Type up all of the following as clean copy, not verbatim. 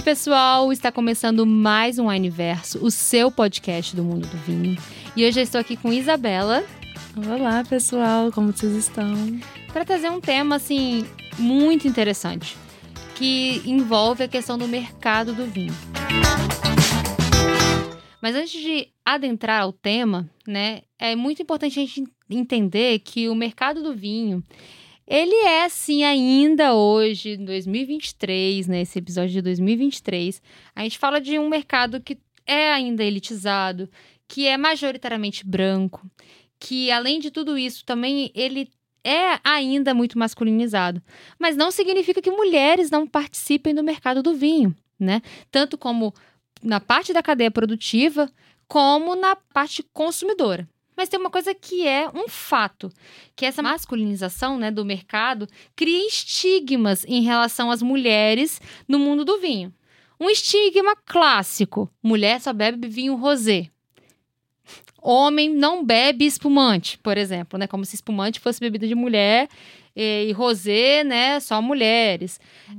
pessoal, está começando mais um Wineverso, o seu podcast do mundo do vinho. E hoje eu estou aqui com Isabela. Olá, pessoal, como vocês estão? Para trazer um tema, assim, muito interessante, que envolve a questão do mercado do vinho. Mas antes de adentrar ao tema, né, é muito importante a gente entender que o mercado do vinho, ele é, sim, ainda hoje, em 2023, né, esse episódio de 2023, a gente fala de um mercado que é ainda elitizado, que é majoritariamente branco, que, além de tudo isso, também ele é ainda muito masculinizado. Mas não significa que mulheres não participem do mercado do vinho, né? Tanto como na parte da cadeia produtiva, como na parte consumidora. Mas tem uma coisa que é um fato, que essa masculinização, né, do mercado cria estigmas em relação às mulheres no mundo do vinho. Um estigma clássico: mulher só bebe vinho rosé. Homem não bebe espumante, por exemplo, né? Como se espumante fosse bebida de mulher e rosé, né? Só mulheres.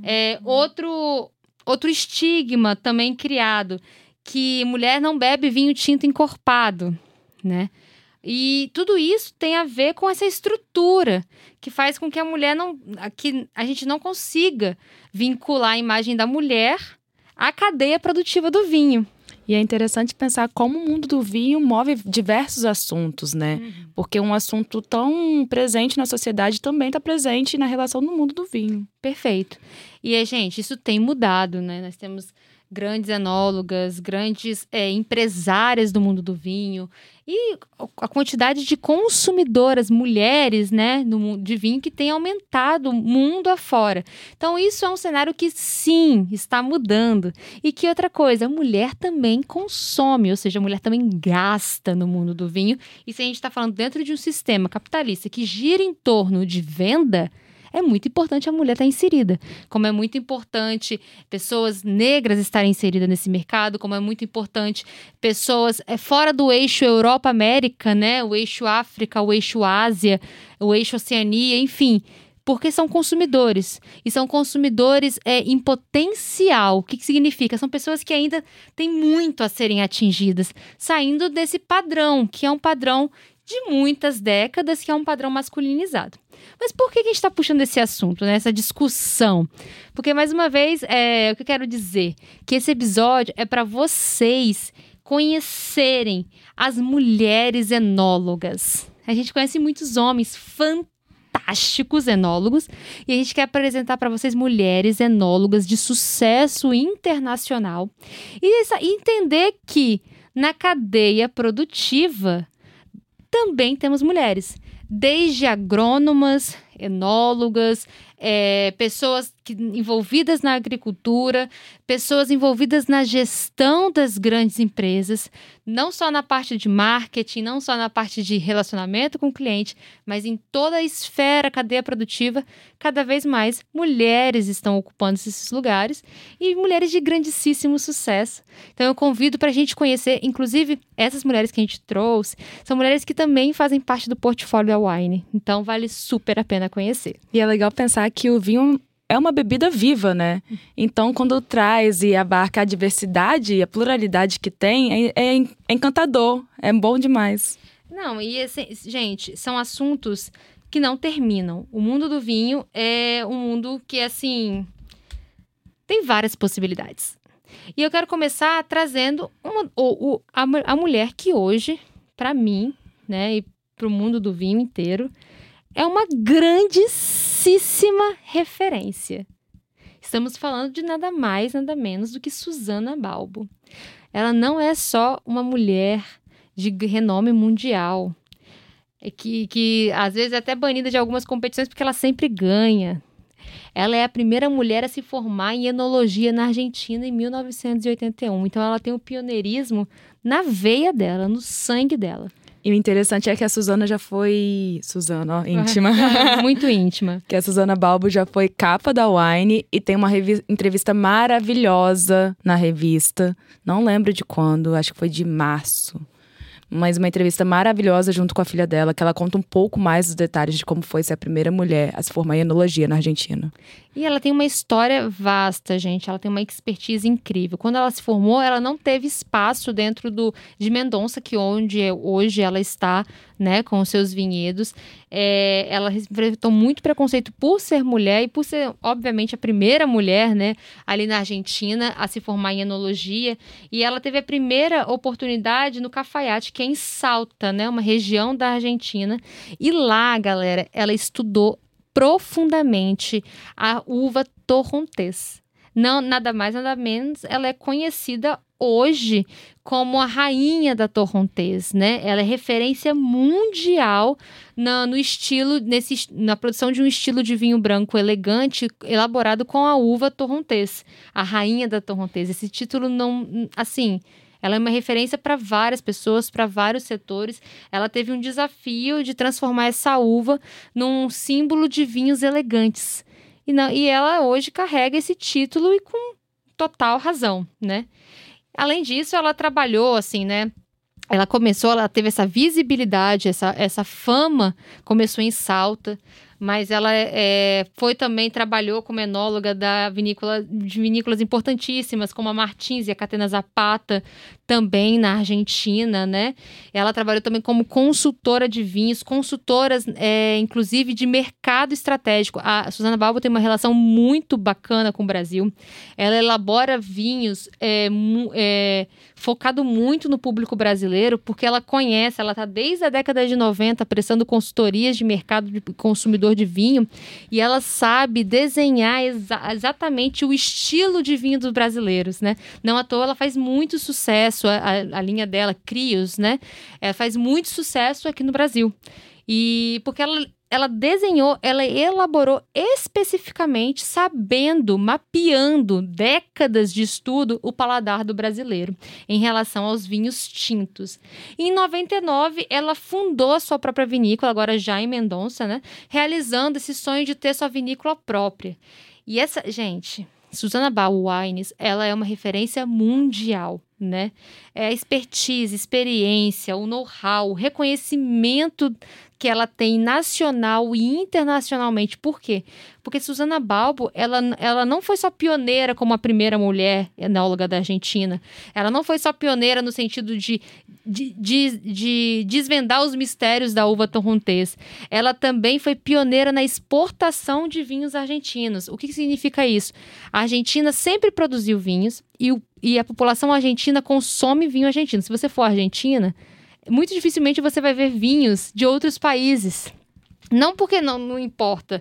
Outro estigma também criado, que mulher não bebe vinho tinto encorpado, né? E tudo isso tem a ver com essa estrutura que faz com que que a gente não consiga vincular a imagem da mulher à cadeia produtiva do vinho. E é interessante pensar como o mundo do vinho move diversos assuntos, né? Porque um assunto tão presente na sociedade também está presente na relação do mundo do vinho. Perfeito. E, gente, isso tem mudado, né? Nós temos grandes enólogas, grandes empresárias do mundo do vinho e a quantidade de consumidoras, mulheres, né, de vinho que tem aumentado mundo afora. Então, isso é um cenário que, sim, está mudando. E que outra coisa, a mulher também consome, ou seja, a mulher também gasta no mundo do vinho. E se a gente está falando dentro de um sistema capitalista que gira em torno de venda, é muito importante a mulher estar inserida. Como é muito importante pessoas negras estarem inseridas nesse mercado, como é muito importante pessoas fora do eixo Europa-América, né? O eixo África, o eixo Ásia, o eixo Oceania, enfim. Porque são consumidores. E são consumidores em potencial. O que significa? São pessoas que ainda têm muito a serem atingidas, saindo desse padrão, que é um padrão de muitas décadas, que é um padrão masculinizado. Mas por que a gente está puxando esse assunto, né? Essa discussão? Porque, mais uma vez, o que eu quero dizer? Que esse episódio é para vocês conhecerem as mulheres enólogas. A gente conhece muitos homens fantásticos enólogos e a gente quer apresentar para vocês mulheres enólogas de sucesso internacional e entender que na cadeia produtiva também temos mulheres, desde agrônomas, enólogas, pessoas envolvidas na agricultura, pessoas envolvidas na gestão das grandes empresas, não só na parte de marketing, não só na parte de relacionamento com o cliente, mas em toda a esfera, cadeia produtiva, cada vez mais mulheres estão ocupando esses lugares e mulheres de grandíssimo sucesso. Então eu convido para a gente conhecer, inclusive essas mulheres que a gente trouxe, são mulheres que também fazem parte do portfólio da Wine, então vale super a pena conhecer. E é legal pensar que o vinho é uma bebida viva, né? Então, quando traz e abarca a diversidade e a pluralidade que tem, é encantador, é bom demais. Não, e assim, gente, são assuntos que não terminam. O mundo do vinho é um mundo que, assim, tem várias possibilidades. E eu quero começar trazendo a mulher que hoje, para mim, né, e para o mundo do vinho inteiro, é uma grandíssima referência. Estamos falando de nada mais, nada menos do que Susana Balbo. Ela não é só uma mulher de renome mundial, que às vezes é até banida de algumas competições porque ela sempre ganha. Ela é a primeira mulher a se formar em enologia na Argentina em 1981. Então ela tem o pioneirismo na veia dela, no sangue dela. E o interessante é que a Susana já foi... Susana, ó, íntima. Muito íntima. Que a Susana Balbo já foi capa da Wine e tem uma entrevista maravilhosa na revista. Não lembro de quando, acho que foi de março. mas uma entrevista maravilhosa junto com a filha dela, que ela conta um pouco mais dos detalhes de como foi ser a primeira mulher a se formar em enologia na Argentina. E ela tem uma história vasta, gente. Ela tem uma expertise incrível. Quando ela se formou, ela não teve espaço dentro de Mendonça, que onde hoje ela está, né, com os seus vinhedos. Ela enfrentou muito preconceito por ser mulher e por ser, obviamente, a primeira mulher, né, ali na Argentina a se formar em enologia. E ela teve a primeira oportunidade no Cafayate, que é em Salta, né, uma região da Argentina. E lá, galera, ela estudou profundamente a uva torrontés. Não, nada mais, nada menos, ela é conhecida hoje como a rainha da torrontés, né? Ela é referência mundial no estilo, na produção de um estilo de vinho branco elegante, elaborado com a uva torrontés, a rainha da torrontés. Esse título não, assim, ela é uma referência para várias pessoas, para vários setores. Ela teve um desafio de transformar essa uva num símbolo de vinhos elegantes. E ela hoje carrega esse título e com total razão, né? Além disso, ela trabalhou, assim, né? Ela teve essa visibilidade, essa fama, começou em Salta, mas ela trabalhou como enóloga de vinícolas importantíssimas, como a Martins e a Catena Zapata, também na Argentina, né? Ela trabalhou também como consultora de vinhos, consultoras, inclusive, de mercado estratégico. A Susana Balbo tem uma relação muito bacana com o Brasil. Ela elabora vinhos focado muito no público brasileiro, porque ela está desde a década de 90 prestando consultorias de mercado de consumidor de vinho, e ela sabe desenhar exatamente o estilo de vinho dos brasileiros, né? Não à toa ela faz muito sucesso, a linha dela, Crios, né? Ela faz muito sucesso aqui no Brasil. E porque ela desenhou, ela elaborou especificamente, sabendo, mapeando décadas de estudo, o paladar do brasileiro em relação aos vinhos tintos. E em 99, ela fundou a sua própria vinícola, agora já em Mendonça, né? Realizando esse sonho de ter sua vinícola própria. E essa, gente, Susana Balbo Wines, ela é uma referência mundial, né? A expertise, experiência, o know-how, o reconhecimento que ela tem nacional e internacionalmente. Por quê? Porque Susana Balbo, ela não foi só pioneira como a primeira mulher enóloga da Argentina. Ela não foi só pioneira no sentido de desvendar os mistérios da uva torrontés. Ela também foi pioneira na exportação de vinhos argentinos. O que significa isso? A Argentina sempre produziu vinhos e a população argentina consome vinho argentino. Se você for à Argentina, muito dificilmente você vai ver vinhos de outros países. Não porque não importa.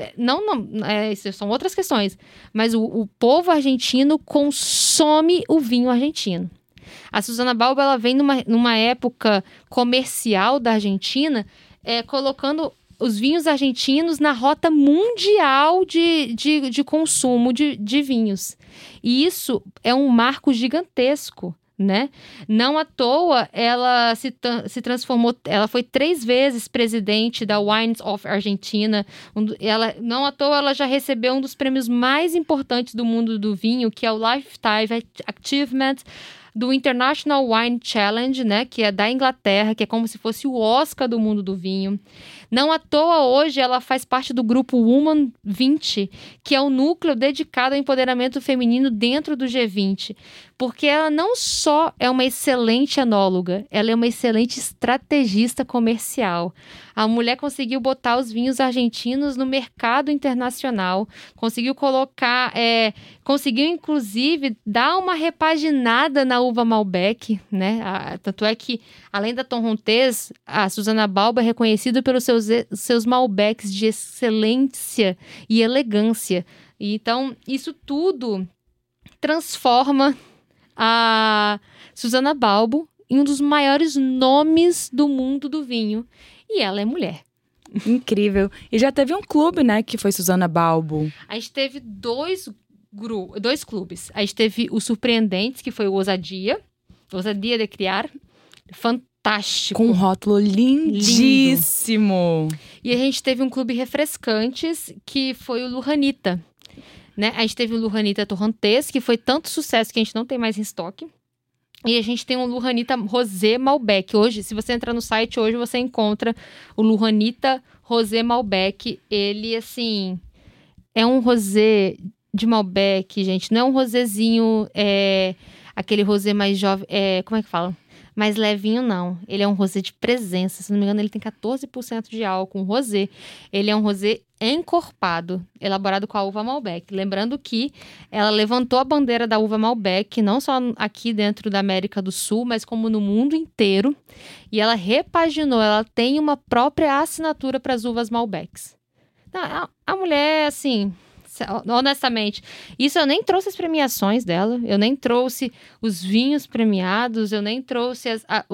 Isso são outras questões. Mas o povo argentino consome o vinho argentino. A Susana Balbo, ela vem numa época comercial da Argentina, colocando os vinhos argentinos na rota mundial de consumo de vinhos. E isso é um marco gigantesco, né? Não à toa ela se transformou, ela foi 3 vezes presidente da Wines of Argentina. Não à toa ela já recebeu um dos prêmios mais importantes do mundo do vinho, que é o Lifetime Achievement do International Wine Challenge, né, que é da Inglaterra, que é como se fosse o Oscar do mundo do vinho. Não à toa, hoje, ela faz parte do grupo Woman 20, que é o núcleo dedicado ao empoderamento feminino dentro do G20, porque ela não só é uma excelente enóloga, ela é uma excelente estrategista comercial. A mulher conseguiu botar os vinhos argentinos no mercado internacional, conseguiu conseguiu, inclusive, dar uma repaginada na uva Malbec, né? Tanto é que, além da torrontés, a Susana Balbo é reconhecida pelos seus Malbecs de excelência e elegância. Então, isso tudo transforma a Susana Balbo em um dos maiores nomes do mundo do vinho. E ela é mulher. Incrível. E já teve um clube, né, que foi Susana Balbo. A gente teve dois clubes. A gente teve o Surpreendentes, que foi o Ousadia de Criar. Fantástico. Com um rótulo lindíssimo. Lindo. E a gente teve um clube Refrescantes, que foi o Lujanita. Né? A gente teve o Lujanita Torrontés, que foi tanto sucesso que a gente não tem mais em estoque. E a gente tem um Louhanita Rosé Malbec. Hoje, se você entrar no site, hoje você encontra o Louhanita Rosé Malbec. Ele, assim, é um rosé de Malbec, gente. Não é um rosézinho, aquele rosé mais jovem, como é que fala? Mais levinho, não. Ele é um rosé de presença. Se não me engano, ele tem 14% de álcool, um rosé. Ele é um rosé encorpado, elaborado com a uva Malbec. Lembrando que ela levantou a bandeira da uva Malbec, não só aqui dentro da América do Sul, mas como no mundo inteiro. E ela repaginou, ela tem uma própria assinatura para as uvas Malbecs. Não, a mulher, assim, honestamente, isso eu nem trouxe as premiações dela, eu nem trouxe os vinhos premiados, eu nem trouxe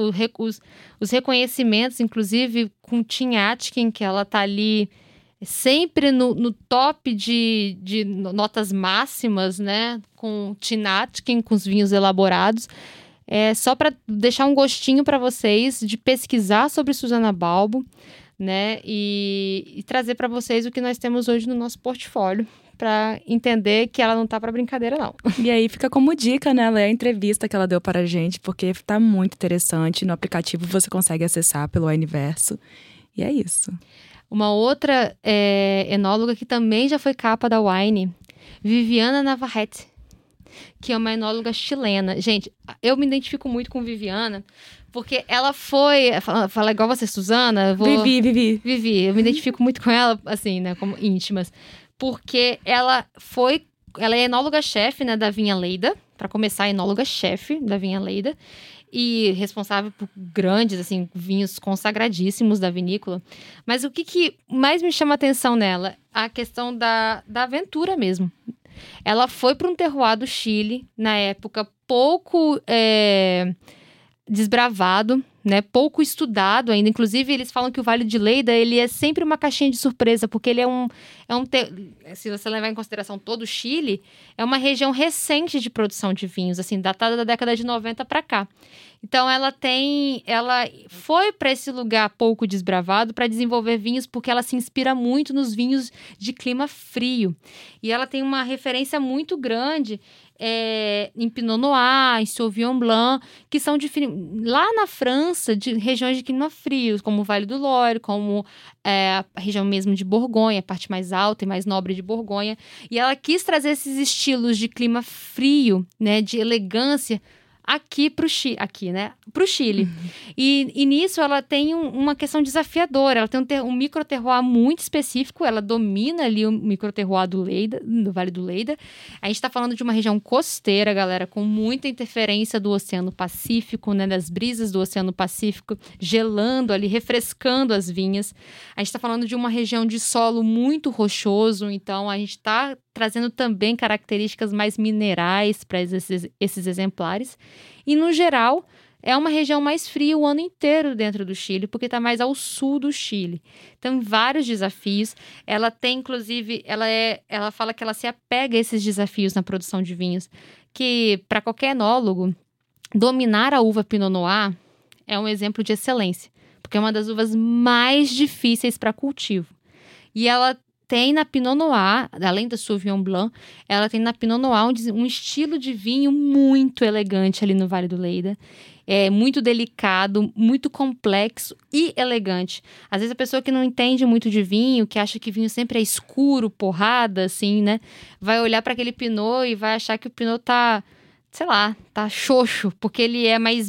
os reconhecimentos, inclusive com Tim Atkin, que ela tá ali sempre no top de notas máximas, né? Com Tim Atkin, com os vinhos elaborados. Só para deixar um gostinho para vocês de pesquisar sobre Susana Balbo, né? E trazer para vocês o que nós temos hoje no nosso portfólio, para entender que ela não tá para brincadeira, não. E aí fica como dica, né? Ler a entrevista que ela deu para a gente, porque tá muito interessante. No aplicativo você consegue acessar pelo Wineverso. E é isso. Uma outra enóloga que também já foi capa da Wine, Viviana Navarrete, que é uma enóloga chilena. Gente, eu me identifico muito com Viviana, porque ela foi... Fala igual você, Susana. Vivi. Eu me identifico muito com ela, assim, né? Como íntimas. Porque ela é enóloga-chefe, né, da Vinha Lleida. Para começar, enóloga-chefe da Vinha Lleida. E responsável por grandes, assim, vinhos consagradíssimos da vinícola. Mas o que mais me chama a atenção nela? A questão da aventura mesmo. Ela foi para um terroir do Chile, na época pouco desbravado, né? Pouco estudado ainda. Inclusive, eles falam que o Vale de Lleida, ele é sempre uma caixinha de surpresa, porque ele se você levar em consideração todo o Chile, é uma região recente de produção de vinhos, assim, datada da década de 90 para cá. Então, ela foi para esse lugar pouco desbravado para desenvolver vinhos, porque ela se inspira muito nos vinhos de clima frio. E ela tem uma referência muito grande em Pinot Noir, em Sauvignon Blanc, que são lá na França, de regiões de clima frio, como o Vale do Loire, como a região mesmo de Borgonha, a parte mais alta e mais nobre de Borgonha. E ela quis trazer esses estilos de clima frio, né, de elegância, aqui pro Chile. Uhum. E nisso ela tem uma questão desafiadora. Ela tem um microterroir muito específico. Ela domina ali o microterroir do Vale do Lleida. A gente está falando de uma região costeira, galera, com muita interferência do Oceano Pacífico, né, das brisas do Oceano Pacífico, gelando ali, refrescando as vinhas. A gente está falando de uma região de solo muito rochoso, então a gente está trazendo também características mais minerais para esses exemplares. E, no geral, é uma região mais fria o ano inteiro dentro do Chile, porque está mais ao sul do Chile. Então, vários desafios. Ela tem, inclusive, ela fala que ela se apega a esses desafios na produção de vinhos, que, para qualquer enólogo, dominar a uva Pinot Noir é um exemplo de excelência, porque é uma das uvas mais difíceis para cultivo. E ela tem na Pinot Noir, além da Sauvignon Blanc, ela tem na Pinot Noir um estilo de vinho muito elegante ali no Vale do Lleida. É muito delicado, muito complexo e elegante. Às vezes a pessoa que não entende muito de vinho, que acha que vinho sempre é escuro, porrada, assim, né? Vai olhar para aquele Pinot e vai achar que o Pinot tá, sei lá, tá xoxo, porque ele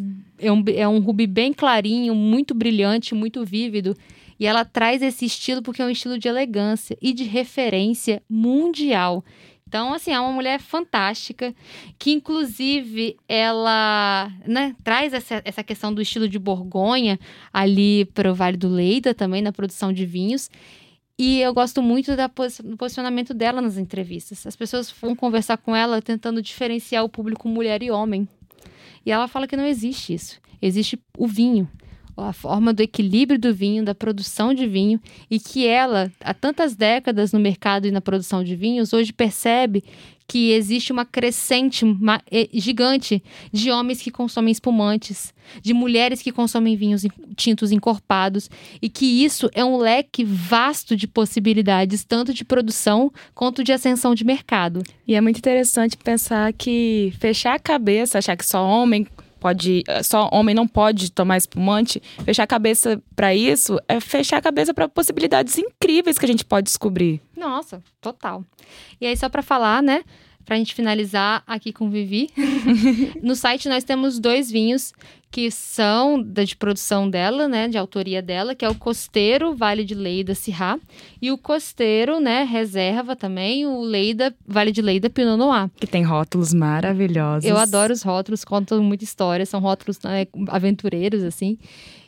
é um rubi bem clarinho, muito brilhante, muito vívido. E ela traz esse estilo porque é um estilo de elegância e de referência mundial. Então, assim, é uma mulher fantástica, que inclusive ela, né, traz essa questão do estilo de Borgonha ali para o Vale do Lleida também, na produção de vinhos. E eu gosto muito do posicionamento dela nas entrevistas. As pessoas vão conversar com ela tentando diferenciar o público mulher e homem. E ela fala que não existe isso. Existe o vinho, a forma do equilíbrio do vinho, da produção de vinho, e que ela, há tantas décadas no mercado e na produção de vinhos, hoje percebe que existe uma crescente gigante de homens que consomem espumantes, de mulheres que consomem vinhos tintos encorpados, e que isso é um leque vasto de possibilidades, tanto de produção quanto de ascensão de mercado. E é muito interessante pensar que fechar a cabeça, achar que só homem só homem não pode tomar espumante, fechar a cabeça para isso é fechar a cabeça para possibilidades incríveis que a gente pode descobrir. Nossa, total. E aí, só para falar, né? Pra gente finalizar aqui com Vivi. No site nós temos 2 vinhos que são de produção dela, né? De autoria dela, que é o Costeiro Vale de Leyda Syrah e o Costeiro, né? Reserva também, o Leyda, Vale de Leyda Pinot Noir. Que tem rótulos maravilhosos. Eu adoro os rótulos, contam muita história, são rótulos, né, aventureiros, assim.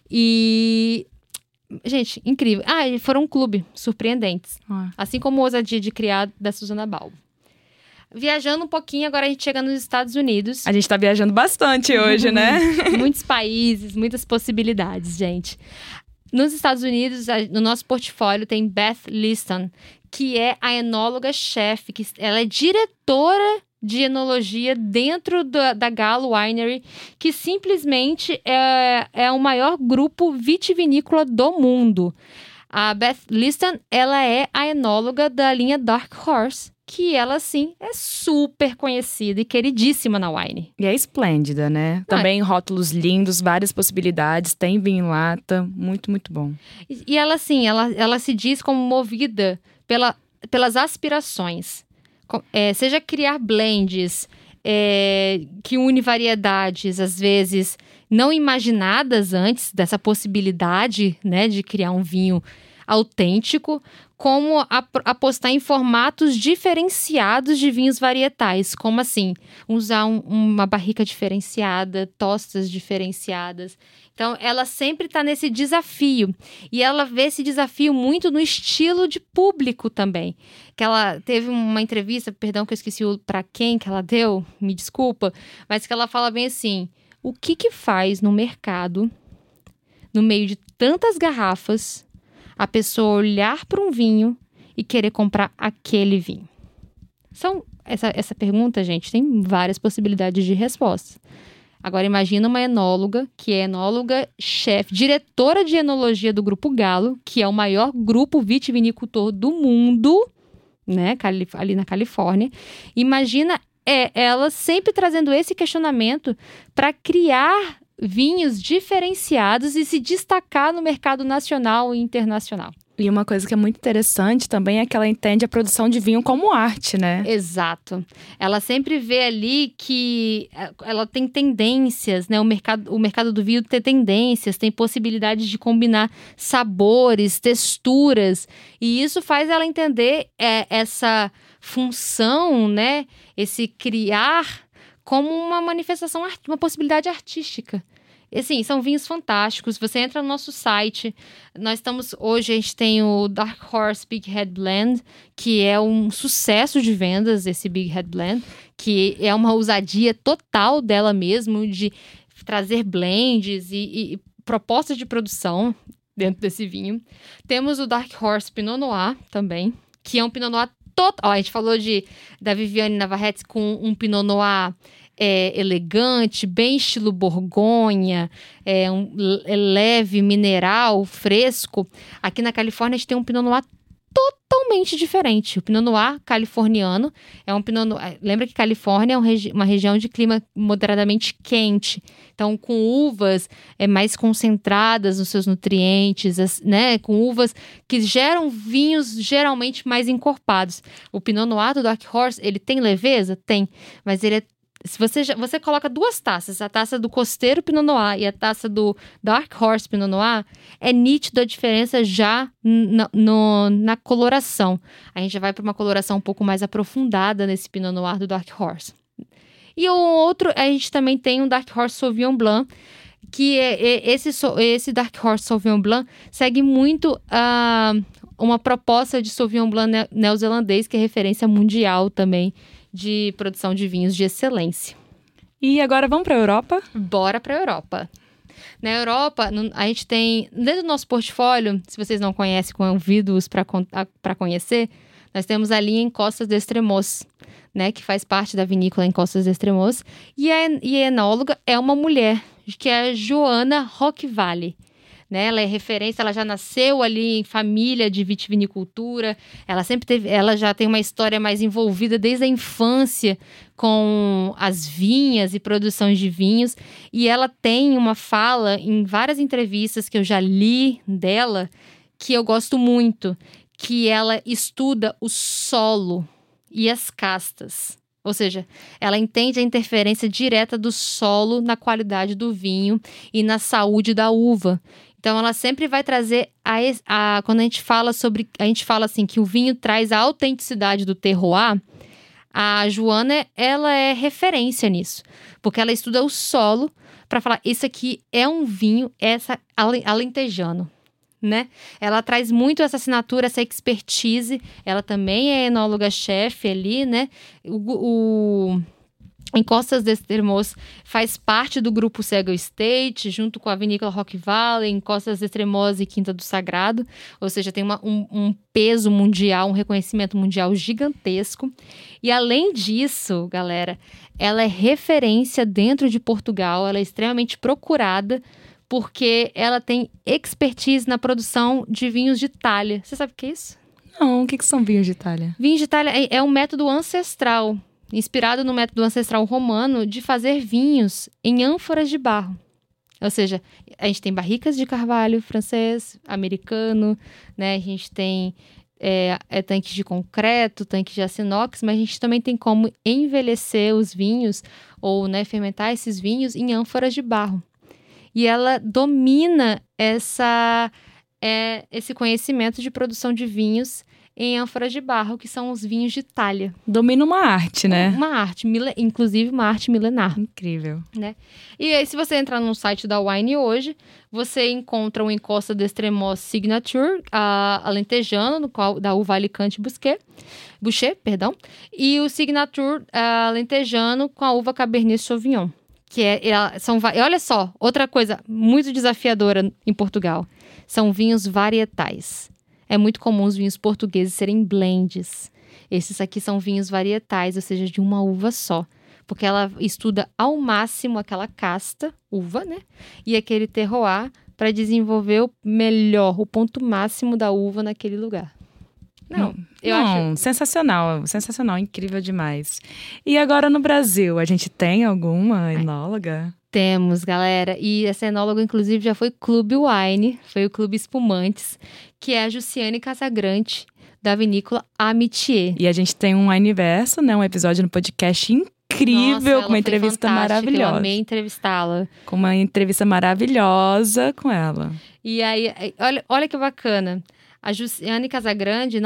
E... gente, incrível. E foram um clube, surpreendentes. Assim como o Ousadia de Criar, da Susana Balbo. Viajando um pouquinho, agora a gente chega nos Estados Unidos. A gente tá viajando bastante hoje, né? Muitos países, muitas possibilidades, gente. Nos Estados Unidos, no nosso portfólio tem Beth Liston, que é a enóloga-chefe, que ela é diretora de enologia dentro da Gallo Winery, que simplesmente é o maior grupo vitivinícola do mundo. A Beth Liston, ela é a enóloga da linha Dark Horse, que ela, sim, é super conhecida e queridíssima na Wine. E é esplêndida, né? Também rótulos lindos, várias possibilidades, tem vinho em lata, muito, muito bom. E ela, assim, ela se diz como movida pelas aspirações. Seja criar blends, que une variedades, às vezes, não imaginadas antes dessa possibilidade, né, de criar um vinho autêntico, como apostar em formatos diferenciados de vinhos varietais, como assim, usar uma barrica diferenciada, tostas diferenciadas. Então, ela sempre está nesse desafio, e ela vê esse desafio muito no estilo de público também. Que ela teve uma entrevista, perdão que eu esqueci para quem que ela deu, me desculpa, mas que ela fala bem assim, o que faz no mercado, no meio de tantas garrafas, a pessoa olhar para um vinho e querer comprar aquele vinho? Essa pergunta, gente, tem várias possibilidades de resposta. Agora, imagina uma enóloga, que é enóloga-chefe, diretora de enologia do Grupo Gallo, que é o maior grupo vitivinicultor do mundo, né, ali na Califórnia. Imagina ela sempre trazendo esse questionamento para criar vinhos diferenciados e se destacar no mercado nacional e internacional. E uma coisa que é muito interessante também é que ela entende a produção de vinho como arte, né? Exato. Ela sempre vê ali que ela tem tendências, né? O mercado do vinho tem tendências, tem possibilidades de combinar sabores, texturas. E isso faz ela entender essa função, né? Esse criar como uma manifestação, uma possibilidade artística. E, assim, são vinhos fantásticos. Você entra no nosso site. Hoje a gente tem o Dark Horse Big Head Blend, que é um sucesso de vendas, esse Big Head Blend, que é uma ousadia total dela mesmo, de trazer blends e propostas de produção dentro desse vinho. Temos o Dark Horse Pinot Noir também, que é um Pinot Noir total. A gente falou da Viviane Navarrete com um Pinot Noir elegante, bem estilo Borgonha, leve, mineral, fresco. Aqui na Califórnia a gente tem um Pinot Noir totalmente diferente. O Pinot Noir californiano é um Pinot Noir... Lembra que Califórnia é uma região de clima moderadamente quente. Então, com uvas mais concentradas nos seus nutrientes, né? Com uvas que geram vinhos geralmente mais encorpados. O Pinot Noir do Dark Horse, ele tem leveza? Tem. Mas ele se você coloca 2 taças, a taça do Costeiro Pinot Noir e a taça do Dark Horse Pinot Noir, é nítido a diferença já na coloração. A gente já vai para uma coloração um pouco mais aprofundada nesse Pinot Noir do Dark Horse. E o outro, a gente também tem um Dark Horse Sauvignon Blanc, que esse Dark Horse Sauvignon Blanc segue muito uma proposta de Sauvignon Blanc neozelandês, que é referência mundial também de produção de vinhos de excelência. E agora vamos para a Europa? Bora para a Europa. Na Europa, a gente tem, dentro do nosso portfólio, se vocês não conhecem, convido-os para conhecer, nós temos a linha Encostas de Estremoz, né, que faz parte da vinícola Encostas de Estremoz, e a enóloga é uma mulher, que é a Joana Roquevalle. né? Ela é referência, ela já nasceu ali em família de vitivinicultura, ela já tem uma história mais envolvida desde a infância com as vinhas e produções de vinhos, e ela tem uma fala em várias entrevistas que eu já li dela, que eu gosto muito, que ela estuda o solo e as castas. Ou seja, ela entende a interferência direta do solo na qualidade do vinho e na saúde da uva. Então, ela sempre vai trazer quando a gente fala assim que o vinho traz a autenticidade do terroir. A Joana, ela é referência nisso, porque ela estuda o solo para falar, isso aqui é um vinho alentejano, né? Ela traz muito essa assinatura, essa expertise. Ela também é enóloga-chefe ali, né? Em Costas d'Extremoz faz parte do grupo Cego Estate, junto com a Vinícola Rock Valley, em Costas d'Extremoz e Quinta do Sagrado. Ou seja, tem um peso mundial, um reconhecimento mundial gigantesco. E além disso, galera, ela é referência dentro de Portugal, ela é extremamente procurada, porque ela tem expertise na produção de vinhos de Itália. Você sabe o que é isso? Não, o que são vinhos de Itália? Vinhos de Itália é um método ancestral, inspirado no método ancestral romano de fazer vinhos em ânforas de barro. Ou seja, a gente tem barricas de carvalho francês, americano, né? A gente tem tanques de concreto, tanques de aço inox, mas a gente também tem como envelhecer os vinhos ou, né, fermentar esses vinhos em ânforas de barro. E ela domina esse conhecimento de produção de vinhos em ânforas de barro, que são os vinhos de Itália. Domina uma arte, né? Uma arte, inclusive uma arte milenar. Incrível. Né? E aí, se você entrar no site da Wine hoje, você encontra o Costas d'Extremoz Signature, alentejano, da uva Alicante Bouschet, e o Signature alentejano com a uva Cabernet Sauvignon. Olha só, outra coisa muito desafiadora em Portugal, são vinhos varietais. É muito comum os vinhos portugueses serem blends. Esses aqui são vinhos varietais, ou seja, de uma uva só. Porque ela estuda ao máximo aquela casta, uva, né? E aquele terroir para desenvolver o ponto máximo da uva naquele lugar. Eu acho sensacional, incrível demais. E agora no Brasil, a gente tem alguma enóloga? Temos, galera. E essa enóloga, inclusive, já foi Clube Wine, foi o Clube Espumantes, que é a Jussiane Casagrande, da vinícola Amitié. E a gente tem um Wineverso, né? Um episódio no podcast incrível, com uma entrevista maravilhosa. Eu amei entrevistá-la. Com uma entrevista maravilhosa com ela. E aí, olha que bacana. A Jussiane Casagrande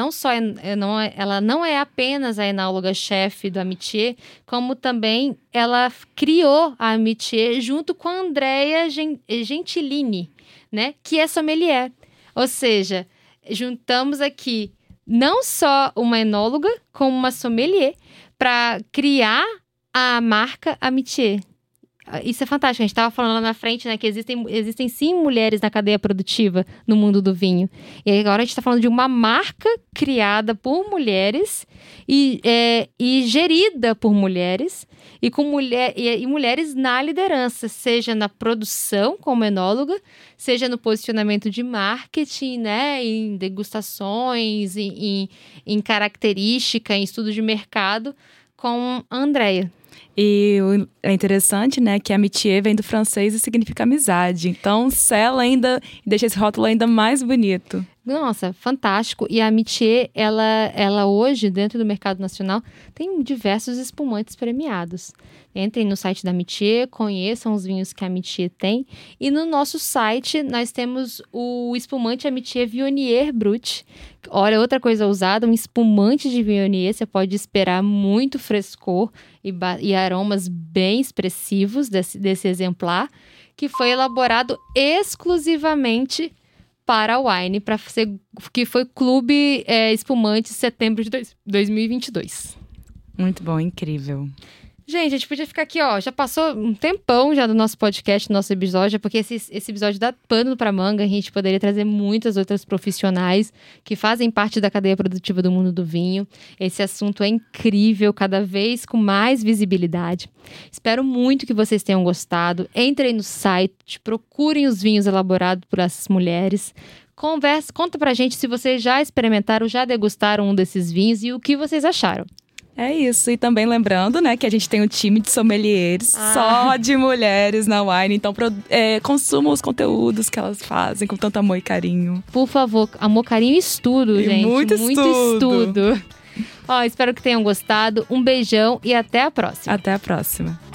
ela não é apenas a enóloga-chefe do Amitié, como também ela criou a Amitié junto com a Andrea Gentilini, né, que é sommelier. Ou seja, juntamos aqui não só uma enóloga, como uma sommelier para criar a marca Amitié. Isso é fantástico. A gente estava falando lá na frente, né, que existem sim mulheres na cadeia produtiva no mundo do vinho. E agora a gente está falando de uma marca criada por mulheres e gerida por mulheres e com mulheres na liderança, seja na produção como enóloga, seja no posicionamento de marketing, né, em degustações, em característica, em estudo de mercado, com a Andrea. E é interessante, né, que amitié vem do francês e significa amizade. Então, sela ainda, deixa esse rótulo ainda mais bonito. Nossa, fantástico. E a Amitié, ela hoje, dentro do mercado nacional, tem diversos espumantes premiados. Entrem no site da Amitié, conheçam os vinhos que a Amitié tem. E no nosso site, nós temos o espumante Amitié Viognier Brut. Olha, outra coisa ousada, um espumante de Viognier. Você pode esperar muito frescor e aromas bem expressivos desse exemplar, que foi elaborado exclusivamente para a Wine, que foi Clube Espumante, setembro de 2022. Muito bom, incrível. Gente, a gente podia ficar aqui, ó. Já passou um tempão já do nosso podcast, do nosso episódio, porque esse episódio dá pano pra manga. A gente poderia trazer muitas outras profissionais que fazem parte da cadeia produtiva do mundo do vinho. Esse assunto é incrível, cada vez com mais visibilidade. Espero muito que vocês tenham gostado. Entrem no site, procurem os vinhos elaborados por essas mulheres. Conta pra gente se vocês já experimentaram, já degustaram um desses vinhos e o que vocês acharam. É isso, e também lembrando, né, que a gente tem um time de sommeliers só de mulheres na Wine, então consumam os conteúdos que elas fazem com tanto amor e carinho. Por favor, amor, carinho e estudo, e gente. Muito estudo. Ó, espero que tenham gostado, um beijão e até a próxima. Até a próxima.